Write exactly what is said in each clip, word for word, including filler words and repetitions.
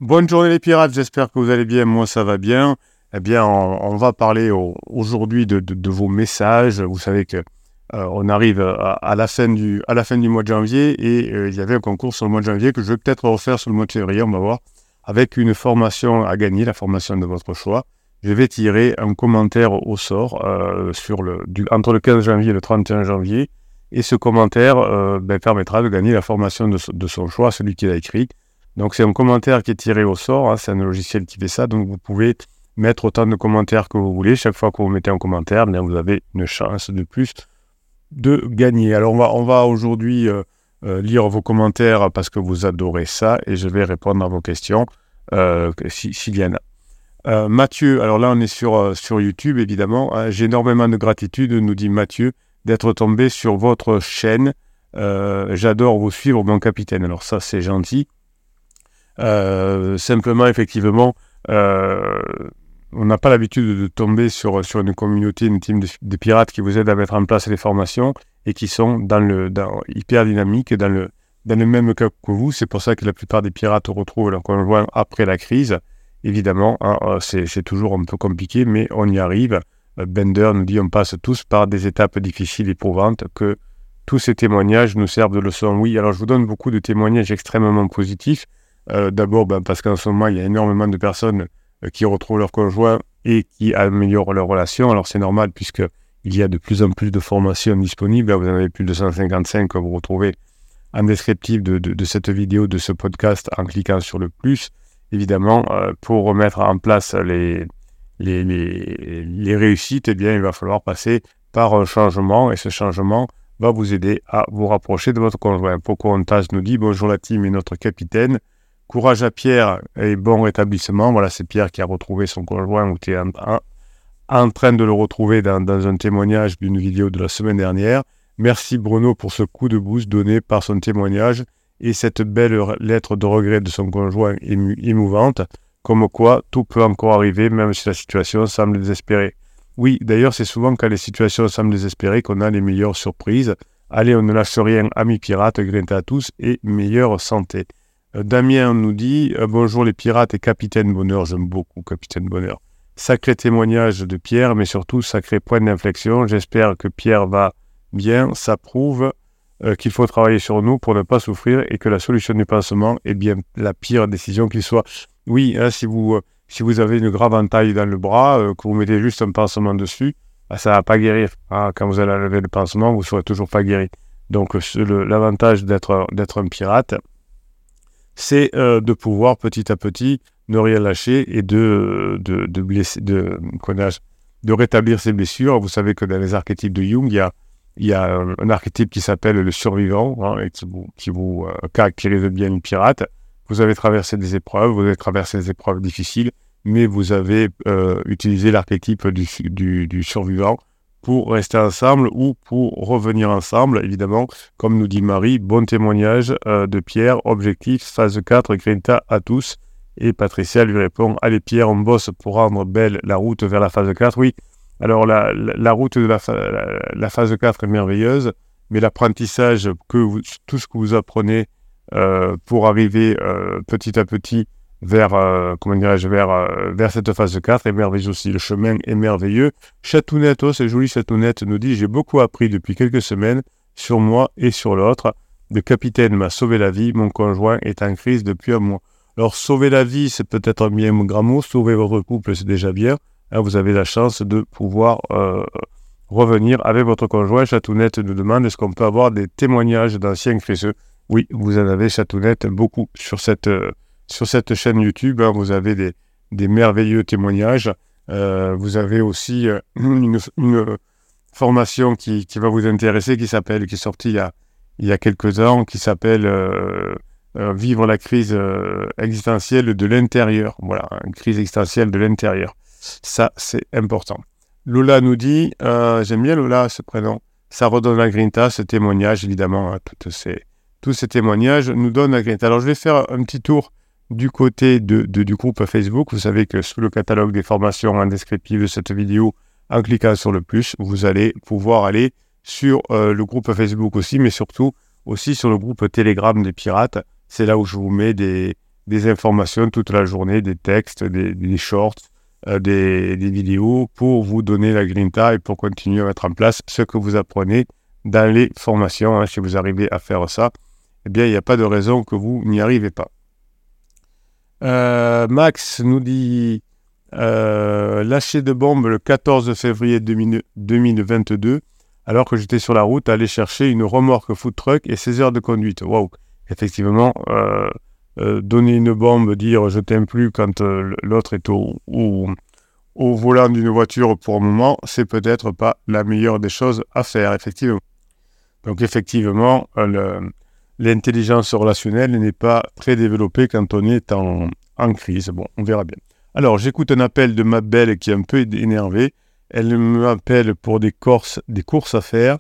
Bonne journée les pirates, j'espère que vous allez bien, moi ça va bien. Eh bien, on, on va parler au, aujourd'hui de, de, de vos messages. Vous savez que euh, on arrive à, à, la fin du, à la fin du mois de janvier et euh, il y avait un concours sur le mois de janvier que je vais peut-être refaire sur le mois de février, on va voir, avec une formation à gagner, la formation de votre choix. Je vais tirer un commentaire au sort euh, sur le, du, entre le quinze janvier et le trente et un janvier et ce commentaire euh, ben, permettra de gagner la formation de, de son choix, celui qui l'a écrit. Donc, c'est un commentaire qui est tiré au sort, hein, c'est un logiciel qui fait ça, donc vous pouvez mettre autant de commentaires que vous voulez. Chaque fois que vous mettez un commentaire, bien, vous avez une chance de plus de gagner. Alors, on va, on va aujourd'hui euh, euh, lire vos commentaires parce que vous adorez ça et je vais répondre à vos questions euh, si, s'il y en a. Euh, Mathieu, alors là, on est sur, euh, sur YouTube, évidemment. Hein, j'ai énormément de gratitude, nous dit Mathieu, d'être tombé sur votre chaîne. Euh, j'adore vous suivre, mon capitaine. Alors ça, c'est gentil. Euh, simplement, effectivement, euh, on n'a pas l'habitude de tomber sur, sur une communauté, une team de, de pirates qui vous aide à mettre en place les formations et qui sont dans le, dans, hyper dynamiques, dans le, dans le même cas que vous. C'est pour ça que la plupart des pirates retrouvent leur conjoint après la crise. Évidemment, hein, c'est, c'est toujours un peu compliqué, mais on y arrive. Bender nous dit on passe tous par des étapes difficiles et éprouvantes, que tous ces témoignages nous servent de leçon. Oui, alors je vous donne beaucoup de témoignages extrêmement positifs. Euh, d'abord, ben, parce qu'en ce moment, il y a énormément de personnes euh, qui retrouvent leur conjoint et qui améliorent leur relation. Alors, c'est normal puisqu'il y a de plus en plus de formations disponibles. Vous en avez plus de cent cinquante-cinq que vous retrouvez en descriptif de, de, de cette vidéo, de ce podcast, en cliquant sur le plus. Évidemment, euh, pour remettre en place les, les, les, les réussites, eh bien, il va falloir passer par un changement et ce changement va vous aider à vous rapprocher de votre conjoint. Pocahontas nous dit « Bonjour la team et notre capitaine. Courage à Pierre et bon rétablissement. » Voilà, c'est Pierre qui a retrouvé son conjoint ou tu es en, en, en train de le retrouver dans, dans un témoignage d'une vidéo de la semaine dernière. Merci Bruno pour ce coup de boost donné par son témoignage et cette belle lettre de regret de son conjoint ému, émouvante. Comme quoi, tout peut encore arriver, même si la situation semble désespérée. Oui, d'ailleurs, c'est souvent quand les situations semblent désespérées qu'on a les meilleures surprises. Allez, on ne lâche rien, amis pirates, grinta à tous et meilleure santé. Damien nous dit euh, « Bonjour les pirates et Capitaine Bonheur ». J'aime beaucoup Capitaine Bonheur. Sacré témoignage de Pierre, mais surtout sacré point d'inflexion. J'espère que Pierre va bien. Ça prouve euh, qu'il faut travailler sur nous pour ne pas souffrir et que la solution du pansement est bien la pire décision qu'il soit. Oui, hein, si, vous, euh, si vous avez une grave entaille dans le bras, euh, que vous mettez juste un pansement dessus, bah, ça ne va pas guérir. Hein. Quand vous allez enlever le pansement, vous ne serez toujours pas guéri. Donc le, l'avantage d'être, d'être un pirate, c'est euh, de pouvoir petit à petit ne rien lâcher et de, de, de, blesser, de, de rétablir ses blessures. Vous savez que dans les archétypes de Jung, il y a, il y a un, un archétype qui s'appelle le survivant, hein, et qui vous, qui vous euh, caractérise bien une pirate. Vous avez traversé des épreuves, vous avez traversé des épreuves difficiles, mais vous avez euh, utilisé l'archétype du, du, du survivant pour rester ensemble ou pour revenir ensemble, évidemment. Comme nous dit Marie, bon témoignage euh, de Pierre, objectif, phase quatre, grinta à tous. Et Patricia lui répond, allez Pierre, on bosse pour rendre belle la route vers la phase quatre. Oui, alors la, la, la route de la, la, la phase quatre est merveilleuse, mais l'apprentissage, que vous, tout ce que vous apprenez euh, pour arriver euh, petit à petit vers, euh, comment dirais-je, vers, euh, vers cette phase quatre est merveilleux aussi. Le chemin est merveilleux. Chatounette, oh, c'est joli, Chatounette nous dit « J'ai beaucoup appris depuis quelques semaines sur moi et sur l'autre. Le capitaine m'a sauvé la vie. Mon conjoint est en crise depuis un mois. » Alors, sauver la vie, c'est peut-être un bien grand mot. Sauver votre couple, c'est déjà bien. Hein, vous avez la chance de pouvoir euh, revenir avec votre conjoint. Chatounette nous demande « Est-ce qu'on peut avoir des témoignages d'anciens crisseux ?» Oui, vous en avez, Chatounette, beaucoup sur cette... Euh, Sur cette chaîne YouTube, hein, vous avez des, des merveilleux témoignages. Euh, vous avez aussi euh, une, une formation qui, qui va vous intéresser, qui s'appelle, qui est sortie il y a, il y a quelques ans, qui s'appelle euh, euh, Vivre la crise euh, existentielle de l'intérieur. Voilà, une crise existentielle de l'intérieur. Ça, c'est important. Lola nous dit, euh, j'aime bien Lola, ce prénom. Ça redonne la grinta, ce témoignage, évidemment. Hein, toutes ces, tous ces témoignages nous donnent la grinta. Alors, je vais faire un petit tour du côté de, de, du groupe Facebook. Vous savez que sous le catalogue des formations en descriptif de cette vidéo, en cliquant sur le plus, vous allez pouvoir aller sur euh, le groupe Facebook aussi, mais surtout aussi sur le groupe Telegram des pirates. C'est là où je vous mets des, des informations toute la journée, des textes, des, des shorts, euh, des, des vidéos pour vous donner la grinta et pour continuer à mettre en place ce que vous apprenez dans les formations. Hein. Si vous arrivez à faire ça, eh bien, il n'y a pas de raison que vous n'y arrivez pas. Euh, Max nous dit euh, lâcher de bombe le quatorze février deux mille vingt-deux alors que j'étais sur la route à aller chercher une remorque food truck et seize heures de conduite. Waouh! Effectivement, euh, euh, donner une bombe, dire je t'aime plus quand euh, l'autre est au, au, au volant d'une voiture pour un moment, c'est peut-être pas la meilleure des choses à faire, effectivement. Donc effectivement, euh, le, l'intelligence relationnelle n'est pas très développée quand on est en, en crise. Bon, on verra bien. Alors, j'écoute un appel de ma belle qui est un peu énervée. Elle m'appelle pour des courses, des courses à faire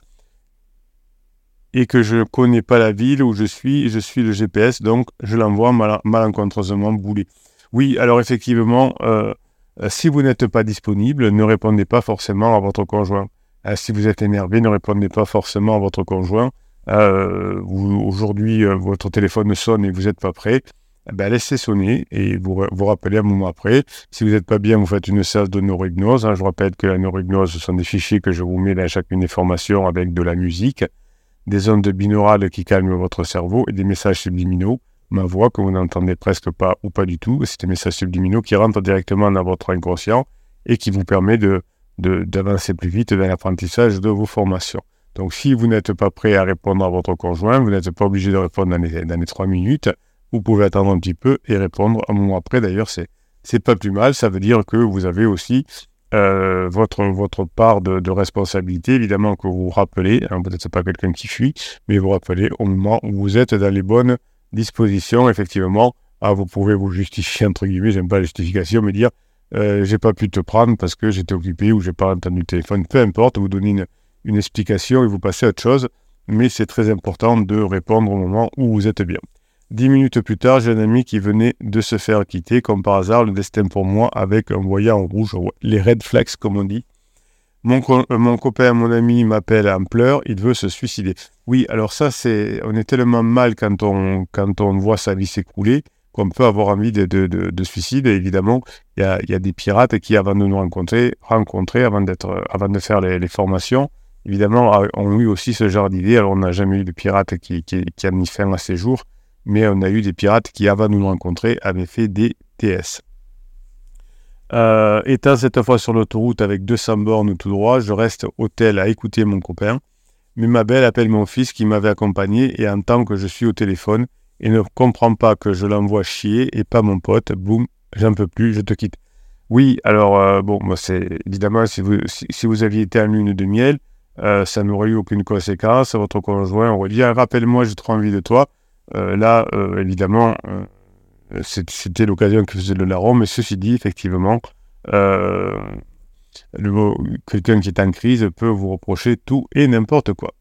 et que je ne connais pas la ville où je suis. Je suis le G P S, donc je l'envoie mal, malencontreusement bouler. Oui, alors effectivement, euh, si vous n'êtes pas disponible, ne répondez pas forcément à votre conjoint. Euh, si vous êtes énervé, ne répondez pas forcément à votre conjoint. Euh, vous, aujourd'hui, euh, votre téléphone sonne et vous n'êtes pas prêt. Eh ben, laissez sonner et vous vous rappelez un moment après. Si vous n'êtes pas bien, vous faites une séance de neurohypnose. Hein. Je rappelle que la neurohypnose, ce sont des fichiers que je vous mets dans chacune des formations avec de la musique, des ondes binaurales qui calment votre cerveau et des messages subliminaux. Ma voix que vous n'entendez presque pas ou pas du tout, c'est des messages subliminaux qui rentrent directement dans votre inconscient et qui vous permet de, de, d'avancer plus vite dans l'apprentissage de vos formations. Donc, si vous n'êtes pas prêt à répondre à votre conjoint, vous n'êtes pas obligé de répondre dans les, dans les trois minutes. Vous pouvez attendre un petit peu et répondre un moment après. D'ailleurs, c'est, c'est pas plus mal. Ça veut dire que vous avez aussi euh, votre, votre part de, de responsabilité. Évidemment que vous vous rappelez, hein, peut-être pas quelqu'un qui fuit, mais vous rappelez au moment où vous êtes dans les bonnes dispositions. Effectivement, ah, vous pouvez vous justifier, entre guillemets, j'aime pas la justification, mais dire euh, j'ai pas pu te prendre parce que j'étais occupé ou j'ai pas entendu le téléphone. Peu importe, vous donnez une, une explication et vous passez à autre chose. Mais c'est très important de répondre au moment où vous êtes bien. Dix minutes plus tard, j'ai un ami qui venait de se faire quitter, comme par hasard, le destin pour moi, avec un voyant en rouge, les red flags, comme on dit. Mon, co- euh, mon copain, mon ami m'appelle en pleurs, il veut se suicider. Oui, alors ça, c'est, on est tellement mal quand on, quand on voit sa vie s'écrouler, qu'on peut avoir envie de, de, de, de suicide. Et évidemment, il y a, y a des pirates qui, avant de nous rencontrer, rencontrer avant, d'être, avant de faire les, les formations, évidemment, ont eu aussi ce genre d'idée. Alors, on n'a jamais eu de pirate qui, qui, qui a mis fin à ses jours, mais on a eu des pirates qui, avant de nous rencontrer, avaient fait des T S. Euh, étant cette fois sur l'autoroute avec deux cents bornes tout droit, je reste au tel à écouter mon copain, mais ma belle appelle mon fils qui m'avait accompagné et entend que je suis au téléphone et ne comprend pas que je l'envoie chier et pas mon pote. Boum, j'en peux plus, je te quitte. Oui, alors, euh, bon, moi, c'est évidemment, si vous, si, si vous aviez été en lune de miel, euh, ça n'aurait eu aucune conséquence. Votre conjoint aurait dit ah, rappelle-moi, j'ai trop envie de toi. Euh, là, euh, évidemment, euh, c'était l'occasion que faisait le larron, mais ceci dit, effectivement, euh, le, quelqu'un qui est en crise peut vous reprocher tout et n'importe quoi.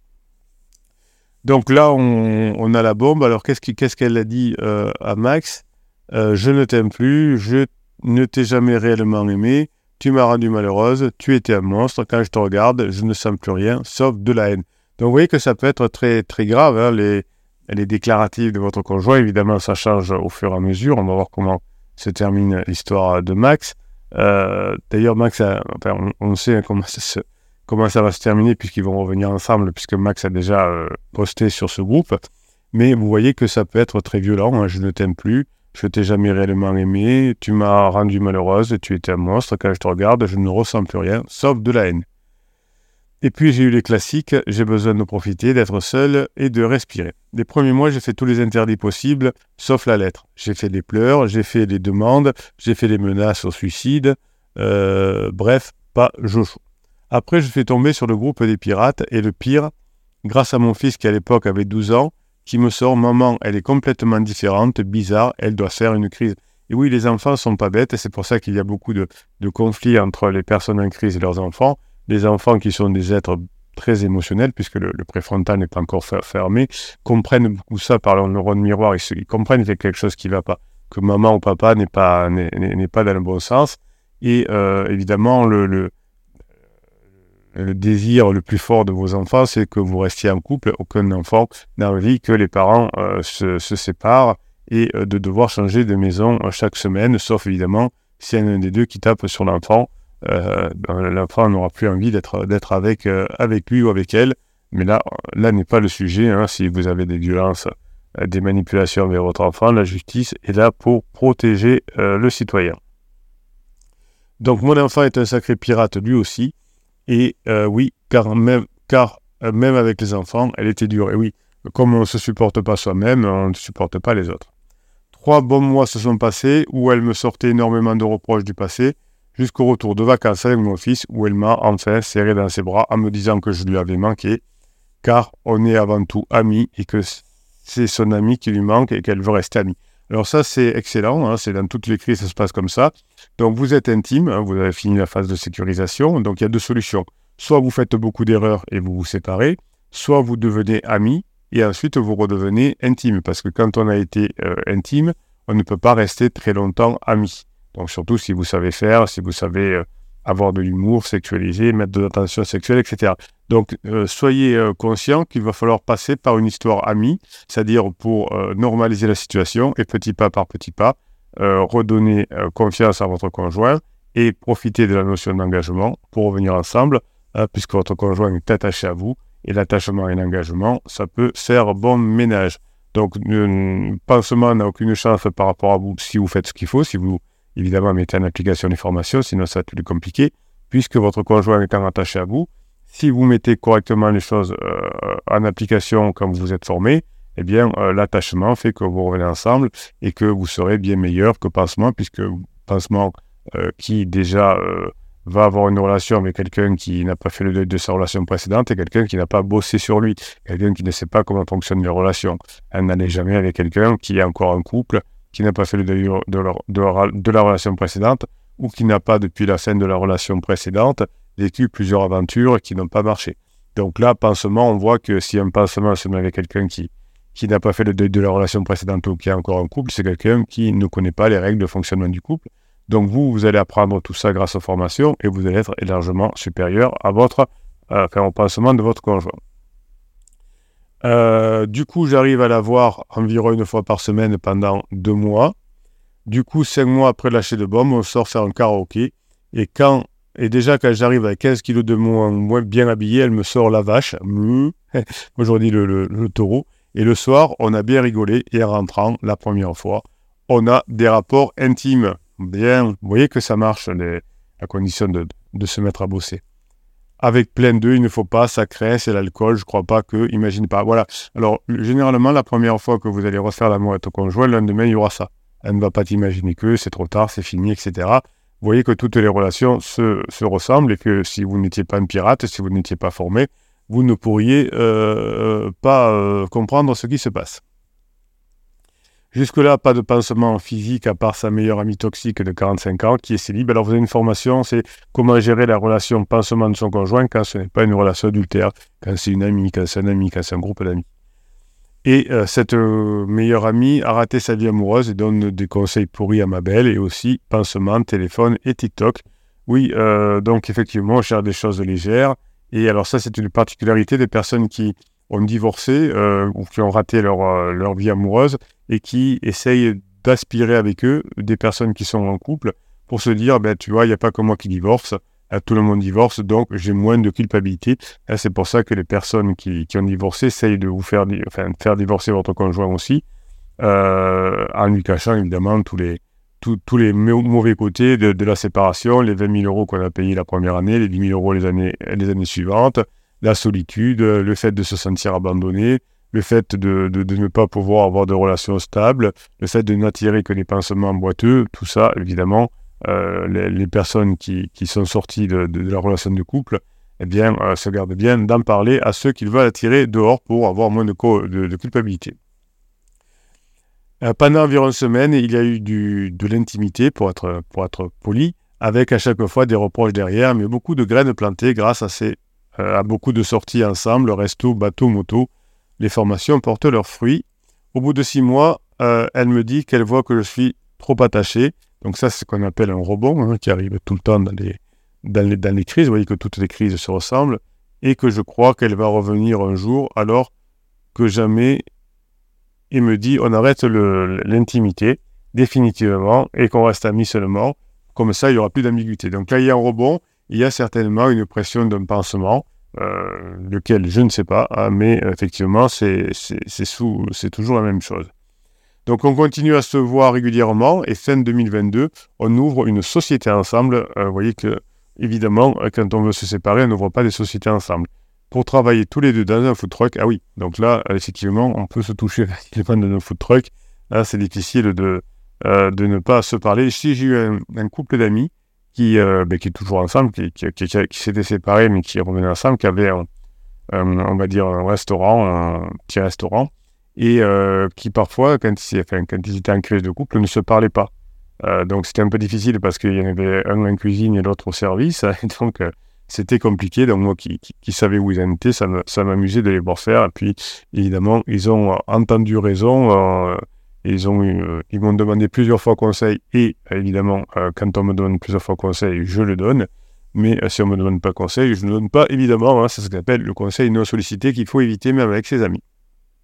Donc là, on, on a la bombe. Alors, qu'est-ce, qui, qu'est-ce qu'elle a dit euh, à Max euh, je ne t'aime plus, je ne t'ai jamais réellement aimé, tu m'as rendu malheureuse, tu étais un monstre, quand je te regarde, je ne sens plus rien, sauf de la haine. Donc, vous voyez que ça peut être très, très grave, hein, les... les déclaratifs de votre conjoint. Évidemment, ça change au fur et à mesure. On va voir comment se termine l'histoire de Max. Euh, d'ailleurs, Max, a, enfin, on, on sait comment ça, se, comment ça va se terminer puisqu'ils vont revenir ensemble, puisque Max a déjà euh, posté sur ce groupe. Mais vous voyez que ça peut être très violent. Hein. Je ne t'aime plus, je t'ai jamais réellement aimé, tu m'as rendu malheureuse, tu étais un monstre. Quand je te regarde, je ne ressens plus rien, sauf de la haine. Et puis j'ai eu les classiques, j'ai besoin de profiter, d'être seul et de respirer. Les premiers mois, j'ai fait tous les interdits possibles, sauf la lettre. J'ai fait les pleurs, j'ai fait les demandes, j'ai fait les menaces au suicide, euh, bref, pas jojo. Après, je suis tombé sur le groupe des pirates, et le pire, grâce à mon fils qui à l'époque avait douze ans, qui me sort « Maman, elle est complètement différente, bizarre, elle doit faire une crise ». Et oui, les enfants sont pas bêtes, et c'est pour ça qu'il y a beaucoup de, de conflits entre les personnes en crise et leurs enfants. Les enfants qui sont des êtres très émotionnels, puisque le, le préfrontal n'est pas encore fermé, comprennent beaucoup ça par leur neurone miroir. Ils, ils comprennent qu'il y a quelque chose qui ne va pas, que maman ou papa n'est pas, n'est, n'est pas dans le bon sens. Et euh, évidemment, le, le, le désir le plus fort de vos enfants, c'est que vous restiez en couple. Aucun enfant n'a envie que les parents euh, se, se séparent et euh, de devoir changer de maison euh, chaque semaine, sauf évidemment s'il y en a un des deux qui tape sur l'enfant. Euh, l'enfant n'aura plus envie d'être, d'être avec, euh, avec lui ou avec elle. Mais là, là n'est pas le sujet. Hein. Si vous avez des violences, euh, des manipulations vers votre enfant, la justice est là pour protéger euh, le citoyen. Donc mon enfant est un sacré pirate lui aussi. Et euh, oui, car, même, car euh, même avec les enfants, elle était dure. Et oui, comme on ne se supporte pas soi-même, on ne supporte pas les autres. Trois bons mois se sont passés où elle me sortait énormément de reproches du passé, jusqu'au retour de vacances avec mon fils, où elle m'a enfin serré dans ses bras en me disant que je lui avais manqué, car on est avant tout amis et que c'est son ami qui lui manque et qu'elle veut rester amie. Alors ça, c'est excellent, hein, c'est dans toutes les crises, ça se passe comme ça. Donc vous êtes intime, hein, vous avez fini la phase de sécurisation, donc il y a deux solutions. Soit vous faites beaucoup d'erreurs et vous vous séparez, soit vous devenez amis et ensuite vous redevenez intime, parce que quand on a été euh, intime, on ne peut pas rester très longtemps amis. Donc surtout si vous savez faire, si vous savez euh, avoir de l'humour, sexualiser, mettre de l'attention sexuelle, et cetera. Donc euh, soyez euh, conscient qu'il va falloir passer par une histoire amie, c'est-à-dire pour euh, normaliser la situation et petit pas par petit pas, euh, redonner euh, confiance à votre conjoint et profiter de la notion d'engagement pour revenir ensemble, hein, puisque votre conjoint est attaché à vous et l'attachement et l'engagement, ça peut faire bon ménage. Donc le pansement n'a aucune chance par rapport à vous si vous faites ce qu'il faut, si vous évidemment mettez en application les formations, sinon ça va être plus compliqué, puisque votre conjoint étant attaché à vous, si vous mettez correctement les choses euh, en application quand vous vous êtes formé, eh bien euh, l'attachement fait que vous revenez ensemble et que vous serez bien meilleur que pansement, puisque pansement euh, qui déjà euh, va avoir une relation avec quelqu'un qui n'a pas fait le deuil de sa relation précédente et quelqu'un qui n'a pas bossé sur lui, quelqu'un qui ne sait pas comment fonctionnent les relations. Elle n'allait jamais avec quelqu'un qui est encore en couple, qui n'a pas fait le deuil de, leur, de, leur, de la relation précédente ou qui n'a pas, depuis la fin de la relation précédente, vécu plusieurs aventures qui n'ont pas marché. Donc là, pansement, on voit que si un pansement se met avec quelqu'un qui, qui n'a pas fait le deuil de la relation précédente ou qui est encore en couple, c'est quelqu'un qui ne connaît pas les règles de fonctionnement du couple. Donc vous, vous allez apprendre tout ça grâce aux formations et vous allez être largement supérieur à votre, euh, enfin, au pansement de votre conjoint. Euh, du coup, j'arrive à la voir environ une fois par semaine pendant deux mois. Du coup, cinq mois après le lâcher de bombe, on sort faire un karaoké. Et, quand, et déjà, quand j'arrive à quinze kilos de moins, moins bien habillé, elle me sort la vache. Aujourd'hui, le, le, le taureau. Et le soir, on a bien rigolé. Et en rentrant, la première fois, on a des rapports intimes. Bien, vous voyez que ça marche, les, à condition de, de se mettre à bosser. Avec plein d'œufs, il ne faut pas, ça craint, c'est l'alcool, je crois pas que, imagine pas. Voilà. Alors, généralement, la première fois que vous allez refaire l'amour avec ton conjoint, le lendemain, il y aura ça. Elle ne va pas t'imaginer que c'est trop tard, c'est fini, et cetera. Vous voyez que toutes les relations se, se ressemblent et que si vous n'étiez pas un pirate, si vous n'étiez pas formé, vous ne pourriez euh, pas euh, comprendre ce qui se passe. Jusque-là, pas de pansement physique à part sa meilleure amie toxique de quarante-cinq ans qui est célib. Alors vous avez une formation, c'est comment gérer la relation pansement de son conjoint quand ce n'est pas une relation adultère, quand c'est une amie, quand c'est un ami, quand c'est un groupe d'amis. Et euh, cette euh, meilleure amie a raté sa vie amoureuse et donne des conseils pourris à ma belle et aussi pansement, téléphone et TikTok. Oui, euh, donc effectivement, on cherche des choses légères. Et alors ça, c'est une particularité des personnes qui ont divorcé euh, ou qui ont raté leur, euh, leur vie amoureuse et qui essayent d'aspirer avec eux des personnes qui sont en couple pour se dire, ben, tu vois, il n'y a pas que moi qui divorce, tout le monde divorce, donc j'ai moins de culpabilité. Et c'est pour ça que les personnes qui, qui ont divorcé essayent de vous faire, enfin, faire divorcer votre conjoint aussi, euh, en lui cachant évidemment tous les, tous, tous les mauvais côtés de, de la séparation, les vingt mille euros qu'on a payés la première année, les dix mille euros les années, les années suivantes, la solitude, le fait de se sentir abandonné, le fait de, de, de ne pas pouvoir avoir de relations stables, le fait de n'attirer que les pansements boiteux, tout ça, évidemment, euh, les, les personnes qui, qui sont sorties de, de, de la relation de couple, eh bien, euh, se gardent bien d'en parler à ceux qu'ils veulent attirer dehors pour avoir moins de, co- de, de culpabilité. Euh, pendant environ une semaine, il y a eu du, de l'intimité, pour être, pour être poli, avec à chaque fois des reproches derrière, mais beaucoup de graines plantées grâce à, ces, euh, à beaucoup de sorties ensemble, resto, bateau, moto. Les formations portent leurs fruits. Au bout de six mois, euh, elle me dit qu'elle voit que je suis trop attaché. Donc ça, c'est ce qu'on appelle un rebond, hein, qui arrive tout le temps dans les, dans, les, dans les crises. Vous voyez que toutes les crises se ressemblent. Et que je crois qu'elle va revenir un jour alors que jamais et me dit on arrête le, l'intimité définitivement et qu'on reste amis seulement. Comme ça, il n'y aura plus d'ambiguïté. Donc là, il y a un rebond, il y a certainement une pression d'un pansement, euh, lequel je ne sais pas, hein, mais effectivement, c'est, c'est, c'est, sous, c'est toujours la même chose. Donc on continue à se voir régulièrement et fin deux mille vingt-deux, on ouvre une société ensemble. Euh, vous voyez que, évidemment, quand on veut se séparer, on n'ouvre pas des sociétés ensemble. Pour travailler tous les deux dans un food truck, ah oui, donc là, effectivement, on peut se toucher facilement dans un food truck. Là, c'est difficile de, euh, de ne pas se parler. Si j'ai eu un, un couple d'amis qui, euh, ben, qui est toujours ensemble, qui, qui, qui, qui, qui s'était séparé, mais qui revenait ensemble, qui avait, un, un, on va dire, un restaurant, un petit restaurant, et euh, qui parfois, quand, enfin, quand ils étaient en crise de couple, ne se parlaient pas. Euh, donc c'était un peu difficile parce qu'il y en avait un en cuisine et l'autre au service, et donc euh, c'était compliqué. Donc moi qui, qui, qui savais où ils en étaient, ça, me, ça m'amusait de les voir faire. Et puis évidemment, ils ont entendu raison, euh, ils, ont eu, euh, ils m'ont demandé plusieurs fois conseil, et évidemment, euh, quand on me donne plusieurs fois conseil, je le donne. Mais euh, si on ne me demande pas conseil, je ne donne pas, évidemment. Hein, c'est ce qu'on appelle le conseil non sollicité qu'il faut éviter même avec ses amis.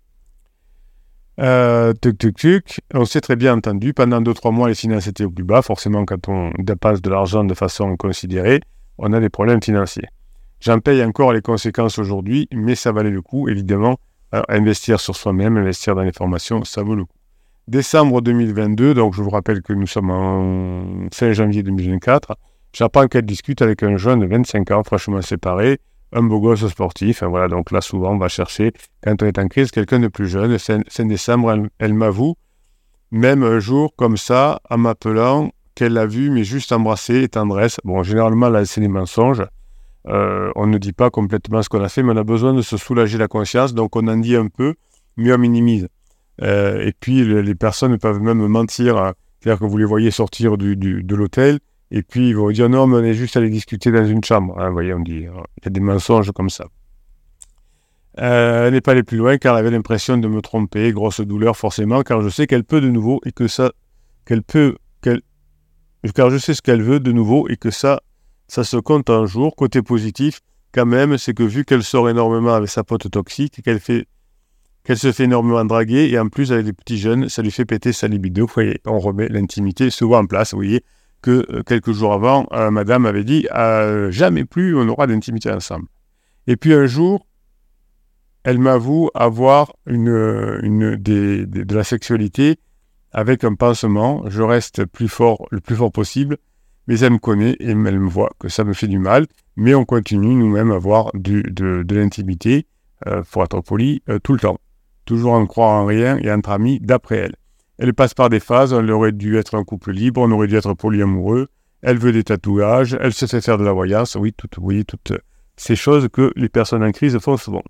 Euh, tuc, tuc, tuc. On s'est très bien entendu. Pendant deux trois mois, les finances étaient au plus bas. Forcément, quand on dépense de l'argent de façon considérée, on a des problèmes financiers. J'en paye encore les conséquences aujourd'hui, mais ça valait le coup, évidemment. Alors, investir sur soi-même, investir dans les formations, ça vaut le coup. Décembre deux mille vingt-deux, donc je vous rappelle que nous sommes en fin janvier deux mille vingt-quatre, j'apprends qu'elle discute avec un jeune de vingt-cinq ans, fraîchement séparé, un beau gosse sportif. Hein, voilà, donc là, souvent, on va chercher, quand on est en crise, quelqu'un de plus jeune. Fin, fin décembre, elle, elle m'avoue, même un jour, comme ça, en m'appelant, qu'elle l'a vu, mais juste embrassé et tendresse. Bon, généralement, là, c'est des mensonges. Euh, on ne dit pas complètement ce qu'on a fait, mais on a besoin de se soulager la conscience, donc on en dit un peu, mais on minimise. Euh, et puis, le, les personnes peuvent même mentir, hein, c'est-à-dire que vous les voyez sortir du, du, de l'hôtel, et puis ils vont dire non, mais on est juste allé discuter dans une chambre. Hein, vous voyez, on dit, il y a des mensonges comme ça. Euh, elle n'est pas allée plus loin car elle avait l'impression de me tromper, grosse douleur forcément, car je sais qu'elle peut de nouveau et que ça, qu'elle peut, qu'elle, car je sais ce qu'elle veut de nouveau et que ça, ça se compte un jour. Côté positif, quand même, c'est que vu qu'elle sort énormément avec sa pote toxique, qu'elle fait, qu'elle se fait énormément draguer et en plus avec les petits jeunes, ça lui fait péter sa libido. Vous voyez, on remet l'intimité souvent en place. Vous voyez que euh, quelques jours avant, euh, madame avait dit euh, jamais plus on aura d'intimité ensemble. Et puis un jour, elle m'avoue avoir une, une des, des, de la sexualité avec un pansement. Je reste plus fort, le plus fort possible, mais elle me connaît et elle me voit que ça me fait du mal. Mais on continue nous-mêmes à avoir du, de, de l'intimité, euh, pour être poli, euh, tout le temps. Toujours en croire en rien et entre amis d'après elle. Elle passe par des phases, on aurait dû être un couple libre, on aurait dû être polyamoureux, elle veut des tatouages, elle se fait faire de la voyance, oui, tout, vous voyez, toutes ces choses que les personnes en crise font souvent.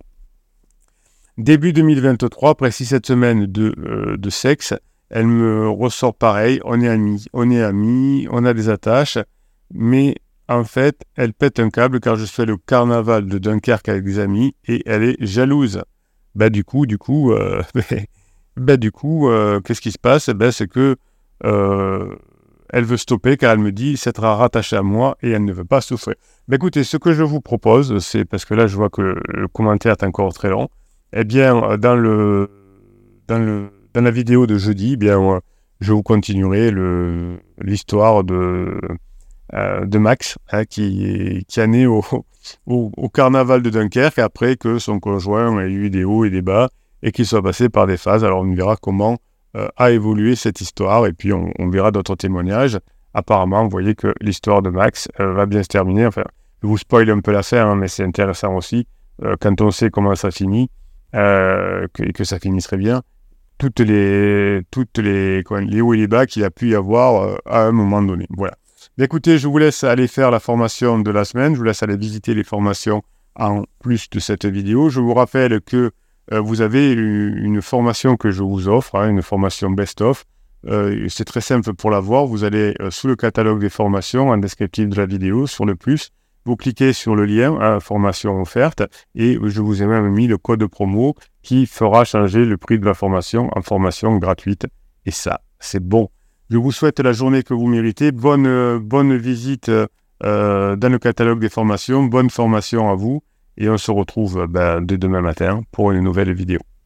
Début deux mille vingt-trois, après six sept semaines de, euh, de sexe, elle me ressort pareil, on est amis, on est amis, on a des attaches, mais en fait, elle pète un câble car je fais le carnaval de Dunkerque avec des amis et elle est jalouse. Bah du coup, du coup... Euh, Ben, du coup, euh, qu'est-ce qui se passe? Ben, c'est que euh, elle veut stopper car elle me dit s'être rattachée à moi et elle ne veut pas souffrir. Ben, écoutez, ce que je vous propose, c'est parce que là, je vois que le commentaire est encore très long. Eh bien, dans le dans le dans la vidéo de jeudi, eh bien, je vous continuerai le l'histoire de euh, de Max, hein, qui qui est né au, au au carnaval de Dunkerque après que son conjoint ait eu des hauts et des bas, et qu'il soit passé par des phases. Alors on verra comment euh, a évolué cette histoire, et puis on, on verra d'autres témoignages. Apparemment, vous voyez que l'histoire de Max euh, va bien se terminer. Enfin, je vous spoil un peu l'affaire, hein, mais c'est intéressant aussi, euh, quand on sait comment ça finit, euh, que, et que ça finisse très bien, toutes les, toutes les, quoi, les hauts et les bas qu'il a pu y avoir euh, à un moment donné. Voilà. Mais écoutez, je vous laisse aller faire la formation de la semaine, je vous laisse aller visiter les formations en plus de cette vidéo. Je vous rappelle que Euh, vous avez une, une formation que je vous offre, hein, une formation best-of. Euh, c'est très simple pour la voir. Vous allez euh, sous le catalogue des formations, en descriptif de la vidéo, sur le plus. Vous cliquez sur le lien, hein, formation offerte, et je vous ai même mis le code promo qui fera changer le prix de la formation en formation gratuite. Et ça, c'est bon. Je vous souhaite la journée que vous méritez. Bonne, euh, bonne visite euh, dans le catalogue des formations. Bonne formation à vous. Et on se retrouve ben, dès demain matin pour une nouvelle vidéo.